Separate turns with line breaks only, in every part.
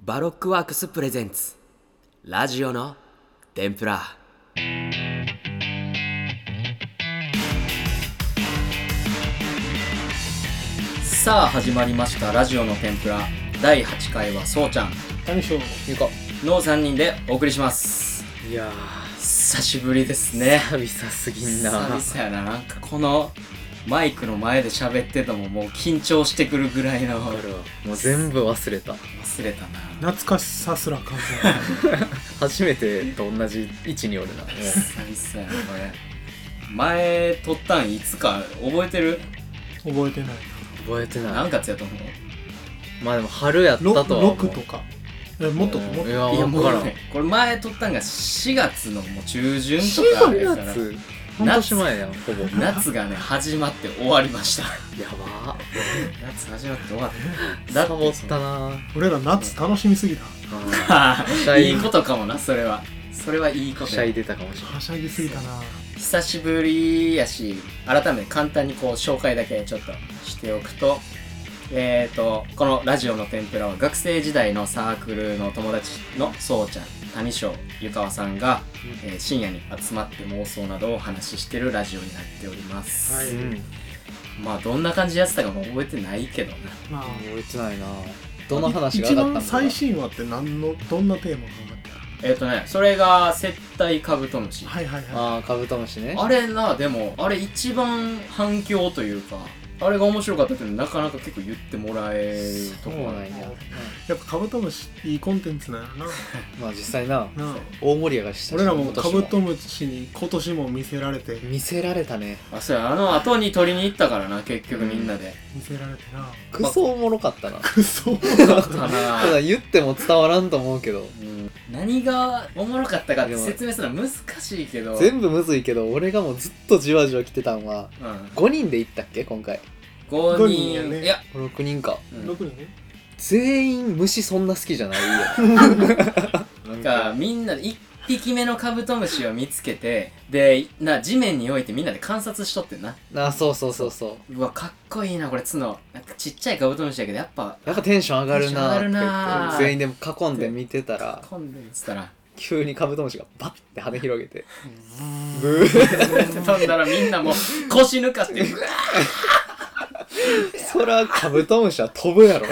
バロックワークスプレゼンツラジオの天ぷら。さあ始まりましたラジオの天ぷら。第8回はそうちゃん
谷翔
ゆうか
の3人でお送りします。
いや
久しぶりですね。
久々すぎんな。
久々やな。なんかこのマイクの前で喋っててももう緊張してくるぐらいの。
もう全部忘れた。
忘れたな。
懐かしさすら感じない。
初めてと同じ位置におるな。
久々やなこれ。前撮ったんいつか覚えてる？
覚えてない
覚えてない。
何月やと思う？
まあでも春やったとは思う。
6とかもっともっと
いや
いやもう
分からん。
ね、これ前撮ったんが4月のもう中旬とかや
4
から
月半年前やんほぼ。
夏がね始まって終わりました。
やば。
夏始まって終わった。
サボったな。
俺ら夏楽しみすぎた。
いいことかもな。それはいいことや。
シャイ出たかもしれない。
はしゃぎすぎたな。
久しぶりやし、改めて簡単にこう紹介だけちょっとしておくと、このラジオの天ぷらは学生時代のサークルの友達のそうちゃん、谷翔、ゆかわさんが、深夜に集まって妄想などをお話ししてるラジオになっております。
はい。
まあどんな感じでやってたかも覚えてないけどな。
まあ
覚えてないな。どの話が上がったんだろう。
一番最新話ってどんなテーマが上がった？
それが接待カブトムシ。
はいはいはい。
ああカブトムシね。
あれな、でもあれ一番反響というか、あれが面白かったっていうのなかなか結構言ってもらえるところ
そうなんや。
やっぱカブトムシいいコンテンツなんやな。
まあ実際な
なあ
大盛り上がりしたし。
俺らもカブト
ム
ムシに今年も見せられて
見せられたね。
あ、そうや、後に取りに行ったからな、結局みんなで。
見せられてな。
クソおもろかったな。
くそ
だったな
ただ言っても伝わらんと思うけど、
何がおもろかったかって説明するのは難しいけど。
全部むずいけど俺がもうずっとじわじわ来てたんは5人で行ったっけ今回。
5
5
人
人やね
いや、
6人か。
6人ね。
全員虫そんな好きじゃないよ。
なんかみんなで1匹目のカブトムシを見つけて、で地面に置いてみんなで観察しとってんな。
あ、そうそうそうそう。
うわ、かっこいいなこれ。角なんかちっちゃいカブトムシやけどやっぱ
テンション上がる
テンション上がるな
なーって全員で囲んで見てたら
今度っつったら
急にカブトムシがバッて羽広げてブー
飛んだらみんなもう腰抜かしてうわ
そらカブトムシは飛ぶやろって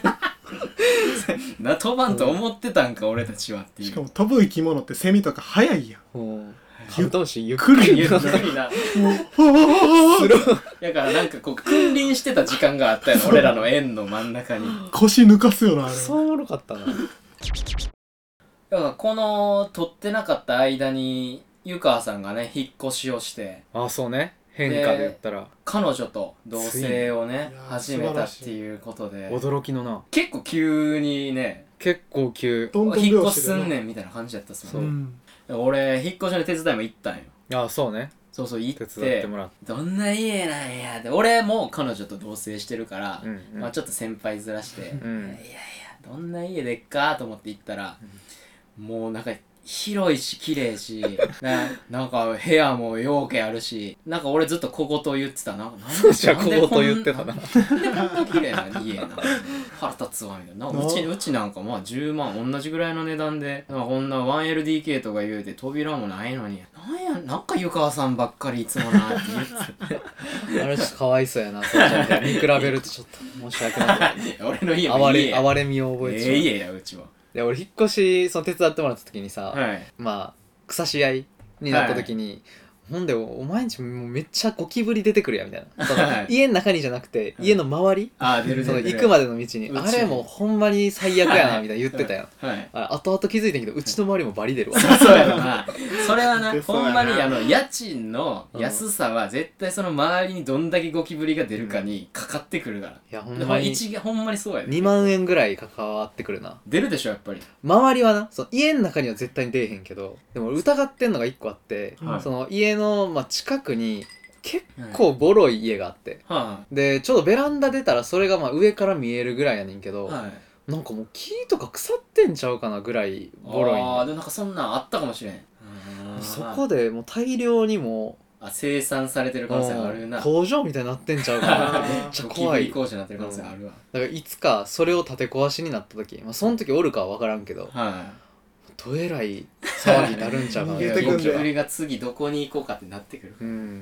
飛ばんと思ってたんか俺たちはっていう。
しかも飛ぶ生き物ってセミとか速いやん。
もうカブトムシゆっくり
ゆっくりな。
もうは
だからなんかこう君臨してた時間があったよな俺らの円の真ん中に。
ぁ腰抜かすよなあれ。
そうおもろかったな。
だからこの撮ってなかった間に湯川さんがね引っ越しをして、
あ、そうね。変化で言ったら
彼女と同棲をね
いやー
始めたっていうことで、
驚きのな。
結構急にね
結構急。
トントン
引っ
拍子でな
越しすんねんみたいな感じだったっすもん。
うん。
俺引っ越しの手伝いも行ったんよ。
あ、そうね。
そうそう行っ
手伝っててもらって。
どんな家なんやで、俺も彼女と同棲してるから、
うん
まあちょっと先輩ずらして、
うん
いやいやどんな家でっかと思って行ったら、もうなんか広いし綺麗しなんか部屋もようけあるし、なんか俺ずっと小言言ってたな。
じゃあ小言言ってたな。
なんでこんな綺麗な家な腹立つわみたいな。うちなんかまあ10万同じぐらいの値段で、なんかこんな 1LDK とか言うて扉もないのに、なんか湯川さんばっかりいつもなって言って
あれちょっとかわいそうやな。そうちゃんと見比べるとちょっと申し訳ない。
俺の家もいい家や。
哀れみを覚えてしまう。
家やうちは。
で俺引っ越し手伝ってもらった時にさ、
はい
まあ草し合いになった時に、ほんでお前んちもうめっちゃゴキブリ出てくるやんみたいな。その
はい
家の中にじゃなくて家の周り、
出る
その
出る
行くまでの道に、
うち
あれもうほんまに最悪やなみたいな言ってたやん。
はい
あれ後々気づいてんけどうちの周りもバリ出るわ。
そうやろな。それはな、
でそう
ほ
やな
んまに家賃の安さは絶対その周りにどんだけゴキブリが出るかにかかってくるから。
いやほん
で
まに
ほんまにそうやで。
2万円ぐらい関わってくるな。
出るでしょやっぱり。
周りはな、その家の中には絶対に出えへんけど、でも疑ってんのが1個あって、
はい
その家の、近くに結構ボロい家があって、
は
でちょうどベランダ出たらそれが上から見えるぐらいやねんけど、
いはい
なんかもう木とか腐ってんちゃうかなぐらいボロいねん。
でもなんかそんなんあったかもしれん。
そこでもう大量にも
生産されてる可能性があるな。
工場みたいになってんちゃうかなめっちゃ怖い。
ゴキブリ工場になってる可能性があるわ。
だからいつかそれを立て壊しになった時、まあ、その時おるかは分からんけど、
は
どえらい騒ぎになるんちゃうかな。
い。
逃げてくんだ
ゴキブリが次どこに行こうかってなってくる。
うん。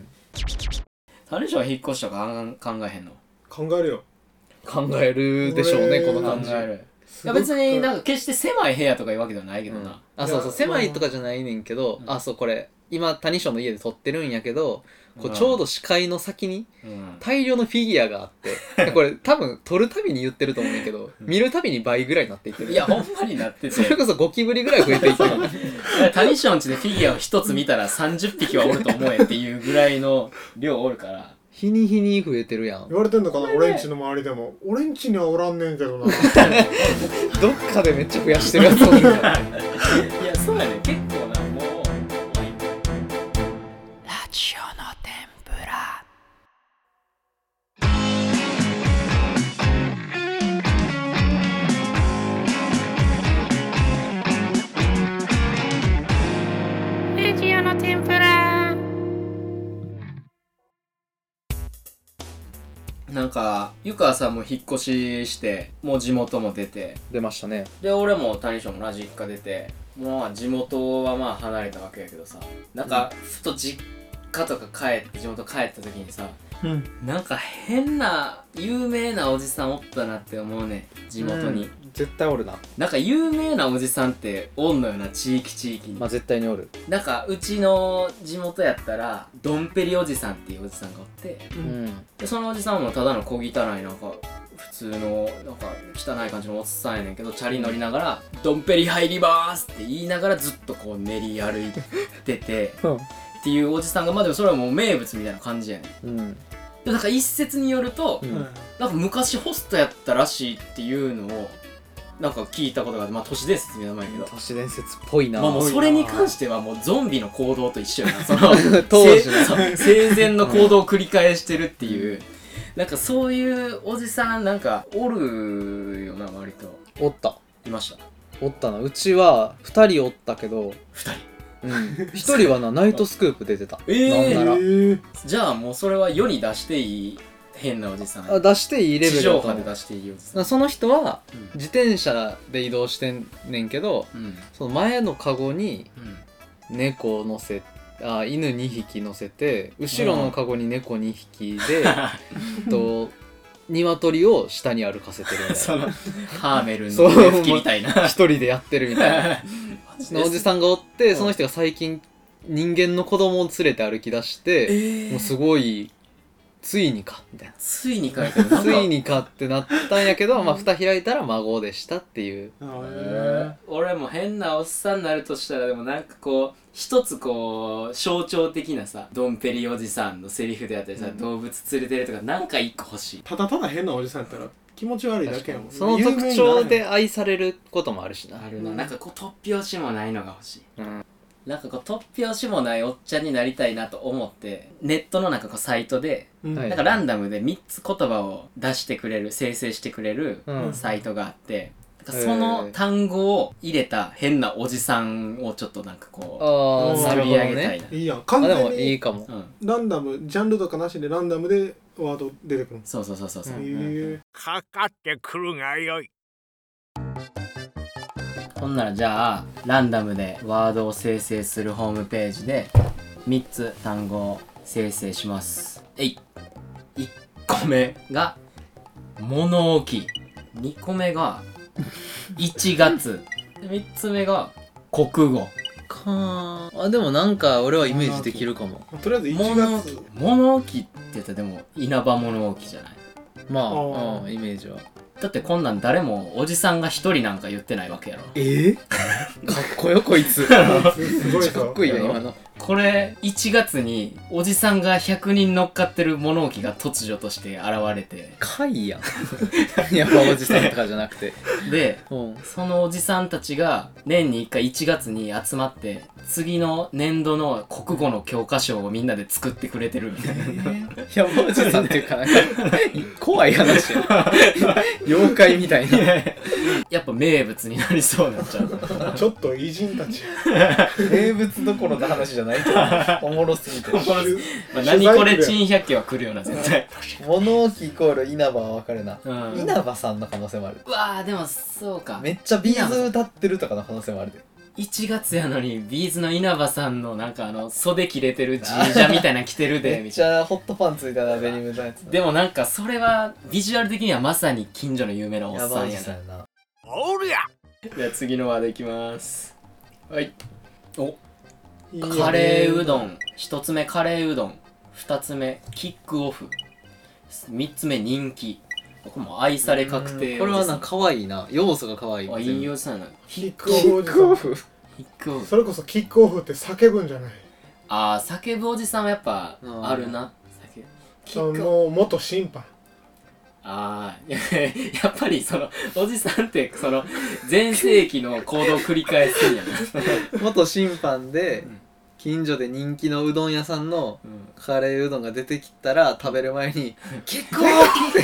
谷ショは引っ越しとか考えへんの？
考えるよ。
考えるでしょうね、
俺
この感じ。
考える。いや別になんか決して狭い部屋とかいうわけではないけどな。
あ、そうそう、
いや
狭いとかじゃないねんけど、
うん
あ、そう、これ今谷翔の家で撮ってるんやけど、こ
うん
うちょうど視界の先に
うん。
大量のフィギュアがあってこれ多分撮るたびに言ってると思うんだけど、見るたびに倍ぐらいになっていってる。
いやほんまになってて。
それこそゴキブリぐらい増えていってる。
谷ションちでフィギュアを一つ見たら30匹はおると思えっていうぐらいの量おるから。
日に日に増えてるやん。
言われてんのかな、俺んちの周りでも。俺んちにはおらんねんけどな。
どっかでめっちゃ増やしてるやつおるんだ。
いやそうやね、結構なもう。ラジオの天ぷら。
ラジオの天ぷら。
なんか湯川さんも引っ越ししてもう地元も出て、
出ましたね。
で俺も谷ションも実家出て、もうまあ地元はまあ離れたわけやけどさ、なんかふと実家とか帰って地元帰った時にさ、
うん。
なんか変な有名なおじさんおったなって思うね、地元に。
絶対おるな。
なんか有名なおじさんっておんのよな、地域に。
まあ絶対におる。
なんかうちの地元やったらドンペリおじさんっていうおじさんがおって、
うん。
でそのおじさんもただの小汚いなんか普通のなんか汚い感じのおっさんやねんけど、チャリ乗りながら「ドンペリ入ります」って言いながらずっとこう練り歩いててっていうおじさんが、まあでもそれはもう名物みたいな感じやねん。
うん。
でなんか一説によると、
うん
なんか昔ホストやったらしいっていうのをなんか聞いたことがあって、まあ都市伝説みたいなもんやけど、
都市伝説っぽいな。
まあもうそれに関してはもうゾンビの行動と一緒やな。その
当時ね
そう生前の行動を繰り返してるっていう、なんかそういうおじさんなんかおるよな、割と。
おった。
いました。
おったな。うちは2人おったけど、
2人。
うん、1人はなナイトスクープ出てた。
え
なんなら
じゃあもうそれは世に出していい変なおじさん。
あ、出していいレベル
地
だと思う。
上波で出していいおじさん。
その人は
うん
自転車で移動してんねんけど、
うん
その前のカゴに
うん
猫を乗せ犬2匹乗せて、後ろのカゴに猫2匹で鶏を下に歩かせてるみたい
そのハーメルン
そう
の笛吹きみたいな。
な。一人でやってるみたいなおじさんがおって、
うん
その人が最近人間の子供を連れて歩き出して、もうすごいついにかみたいな。
ついに書いてる。なんか
ついにかってなったんやけど、まあ蓋開いたら孫でしたっていう。
俺も変なおっさんになるとしたら、でもなんかこう一つこう象徴的なさ、ドンペリおじさんのセリフであったりさ、動物連れてるとかなんか一個欲しい。
ただただ変なおじさんやったら気持ち悪いだけやもん。
その特徴で愛されることもあるしな。
あるな、なんかこう突拍子もないのが欲しい。
うん
なんかこう突拍子もないおっちゃんになりたいなと思って、ネットのなんかこうサイトで
うん
はい
なんかランダムで3つ言葉を出してくれる、生成してくれる
うん
サイトがあって、なんかその単語を入れた変なおじさんをちょっとなんかこ
ああ、
うん
なるほど
作り上げたい
ね。
な。
いいやん。完
あ、でも
全に
いいかも。
うん、
ランダム、ジャンルとかなしでランダムでワード出てくるの。
そうそうそうそうそう、
うん
へえ。
かかってくるがよい。
ほんならじゃあランダムでワードを生成するホームページで3つ単語を生成します。1個目が物置、2個目が1月、3つ目が国語。
かあ、でもなんか俺はイメージできるかも。
とりあえず1
物
月。
置って言ったらでも稲葉物置じゃない。
まあ、
あー
うん、イメージは。
だってこんなん誰もおじさんが一人なんか言ってないわけやろ。
かっこよこいつ。
すごいぞ
かっ。こいいや今の。
これ1月におじさんが100人乗っかってる物置が突如として現れて、
怪やん。やっぱおじさんとかじゃなくて。
で
うん。
そのおじさんたちが年に1回1月に集まって次の年度の国語の教科書をみんなで作ってくれてるみたいな。
やばおじさんっていうかなんか怖い話や。妖怪みたいな。
やっぱ名物になりそうになっちゃう。
ちょっと偉人たち。
名物どころの話じゃないないけどおもろすぎて
まあ、何これ珍百景は来るよな絶対。
物置イコール稲葉は分かるな、
うん、
稲葉さんの可能性もある。
うわーでもそうか。
めっちゃビーズ歌ってるとかの可能性もあるで。
1月やのにビーズの稲葉さんのなんか袖切れてるジージャみたいなの着てるで
めっちゃホットパンツみたいなデニムのやつ。
でもなんかそれはビジュアル的にはまさに近所の有名なおっさんやな。
おりゃ。
じゃあ次のワードいきます。はい。お、
いいよね
カレーうどん。1つ目カレーうどん、2つ目キックオフ、3つ目人気。これも愛され確定。
これはなんか可愛いな、要素が可愛い。
あ、いいおじさんやな。
キックオフおじさん。
キックオフ。
それこそキックオフって叫ぶんじゃない。
あー、叫ぶおじさんはやっぱあるな。
キックもう元審判。
ああ、やっぱりそのおじさんってその全盛期の行動を繰り返すんやな。
元審判で近所で人気のうどん屋さんのカレーうどんが出てきたら食べる前に「キックオフ!」って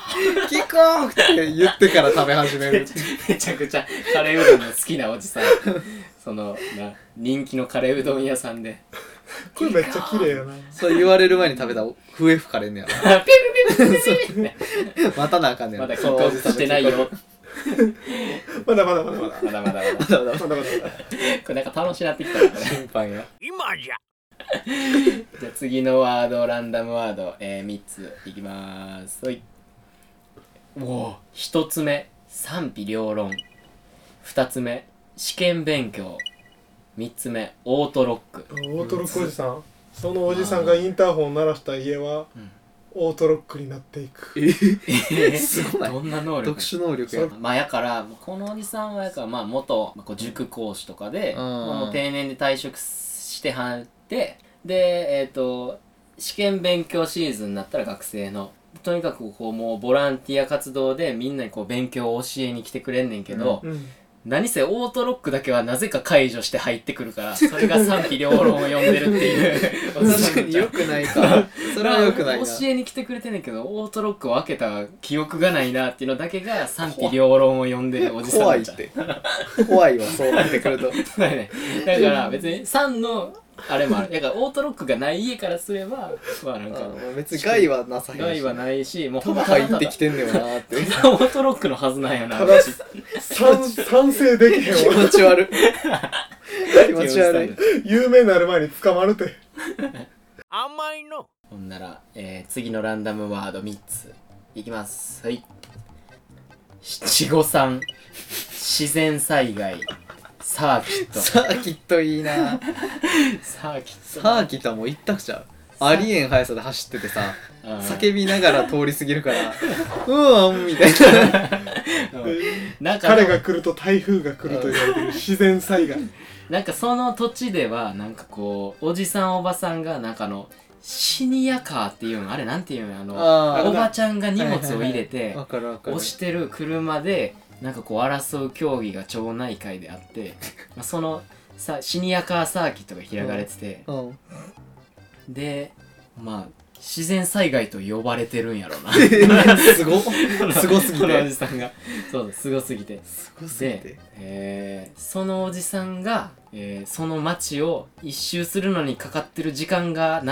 「キックオフ!」って言ってから食べ始める。
めちゃくちゃカレーうどんの好きなおじさん。そのな人気のカレーうどん屋さんで。
これめっちゃ綺麗やな。
そう言われる前に食べたら笛吹かれんねやろ。
ピュピュピュピュピュピュピュ。
またなあかんねや
まだキックオフしてないよ。
まだまだまだまだ。
まだまだまだ。
まだまだ
まだまだ。
これなんか楽しなってきたなこれ。
審判や。
今じゃ。
じゃあ次のワード、ランダムワード、3ついきまーす。はい。おお、1つ目賛否両論、2つ目試験勉強、3つ目オートロック。
オートロックおじさん。そのおじさんがインターホンを鳴らした家はオートロックになっていく。
すごい。
どんな能力？
特殊能力や。
まあやからこのおじさんはやからまあ元こう塾講師とかで、もう定年で退職してはってで試験勉強シーズンになったら学生のとにかくこうもうボランティア活動でみんなにこう勉強を教えに来てくれんねんけど、何せオートロックだけはなぜか解除して入ってくるから、それが賛否両論を読んでるっていう
確かに良くないか。それは良くないな。
教えに来てくれてんねんけどオートロックを開けた記憶がないなっていうのだけが賛否両論を読んでるおじさん
怖いって。怖いわ、そうなってくると。
だから別に3のあれもある。だからオートロックがない家からすればまあなんか
別に害はなさへんし。
害はないし、もう
ただ入ってきてんねよなって。
オートロックのはずなんよな。
ただ賛成できへん
気
わ。
持ち悪い。気持ち悪い。
有名になる前に捕まるて。
甘いの。
ほんなら、次のランダムワード3ついきます。はい。七五三、自然災害、サーキット。
サーキットいいな。
サーキット。
サーキットはもう一択ちゃう。ありえん速さで走っててさ、叫びながら通り過ぎるから、うわんみたい
な。
彼が来ると台風が来ると言われてる自然災害。
なんかその土地ではなんかこうおじさんおばさんがなんかシニアカーっていうのあれなんていうのおばちゃんが荷物を入れて押してる車でなんかこう争う競技が町内会であってそのシニアカーサーキットが開かれてて、でまあ自然災害と呼ばれてるんやろうな。
すごすぎて。
このおじさんがそうすごすぎて。
すごすぎて。
で、そのおじさんが、その町を一周するのにかかってる時間が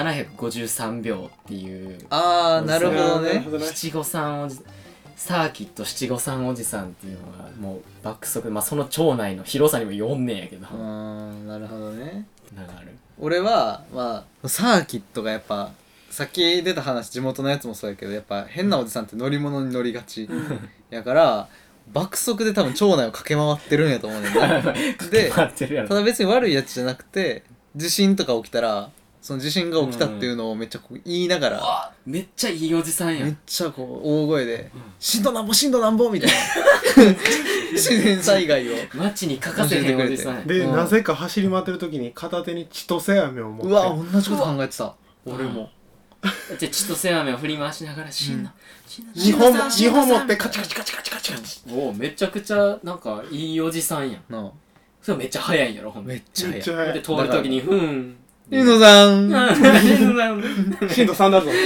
753秒っていう。
ああ、なるほどね。
七五三おじサーキット七五三おじさんっていうのがもう爆速、まあその町内の広さにもよんねんやけど。
なるほどね。
なんかある。
俺はまあサーキットがやっぱさっき出た話、地元のやつもそうやけど、やっぱ変なおじさんって乗り物に乗りがちやから爆速で多分町内を駆け回ってるんやと思うねんな。でただ別に悪いやつじゃなくて、地震とか起きたらその地震が起きたっていうのをめっちゃこう言いながら、
めっちゃいいおじさんや
めっちゃこう大声で「震度なんぼ震度なんぼ」みたいな自然災害を
街に欠かせへんおじさんや
で、なぜか走り回ってる時に片手に千歳飴を持って。
うわ同じこと考えてた俺も。
じゃあ千歳飴を振り回しながら死んだ
2本持ってカチカチカチカチカチカチ。
おお、めちゃくちゃなんかいいおじさんやん
なあ
それめっちゃ早いんやろほんと
めっちゃ早い。
で通る時にふん
ゆのさん
震度3だぞ。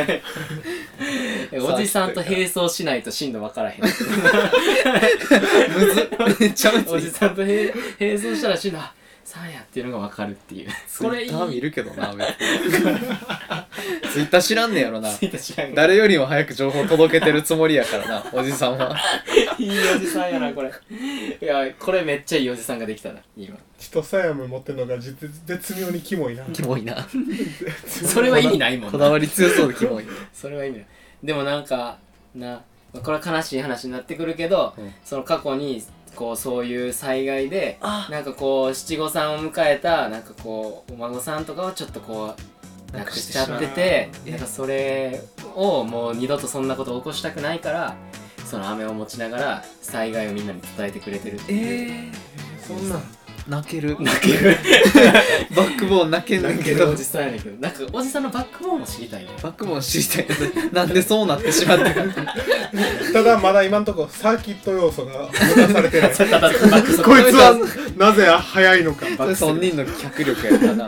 おじさんと並走しないと震度分からへん
むずめっちゃむずい。
おじさんと並走したら震度サーヤっていうのが分かるっていう
ツイ
これいい
ッター見るけどな別にツイッター知らんねやろな。
ツイッター知らんけど
誰よりも早く情報届けてるつもりやからなおじさんは。
いいおじさんやなこれ。いやこれめっちゃいいおじさんができたな今。
人さやめ持ってんのが絶妙にキモいな。
キモいな。
それは意味ないもんな。
こだわり強そうでキモい。
それは意味ない。でもなんかなこれは悲しい話になってくるけど、その過去にこうそういう災害でなんかこう七五三を迎えたなんかこうお孫さんとかをちょっとこうなくしちゃってて、なんかそれをもう二度とそんなことを起こしたくないからその飴を持ちながら災害をみんなに伝えてくれてるっていう。
そんなん
泣ける。
泣ける
バックボーン泣けんねんけど。
おじさんやねんけどなんかおじさんのバックボーンも知りたいね。
バックボーン知りたいけどなんでそうなってしまったか。
ただまだ今んとこサーキット要素が満たされてない。
ただバック
こいつはなぜ速いのか。
それ本人の脚力やからな。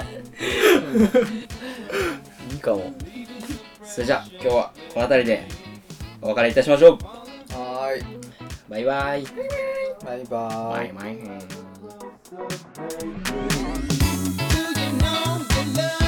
いいかも。
それじゃあ今日はこの辺りでお別れいたしましょう。
はーい。
バイバイ。
バイバーイ。
バイバイ。
Do you know the love?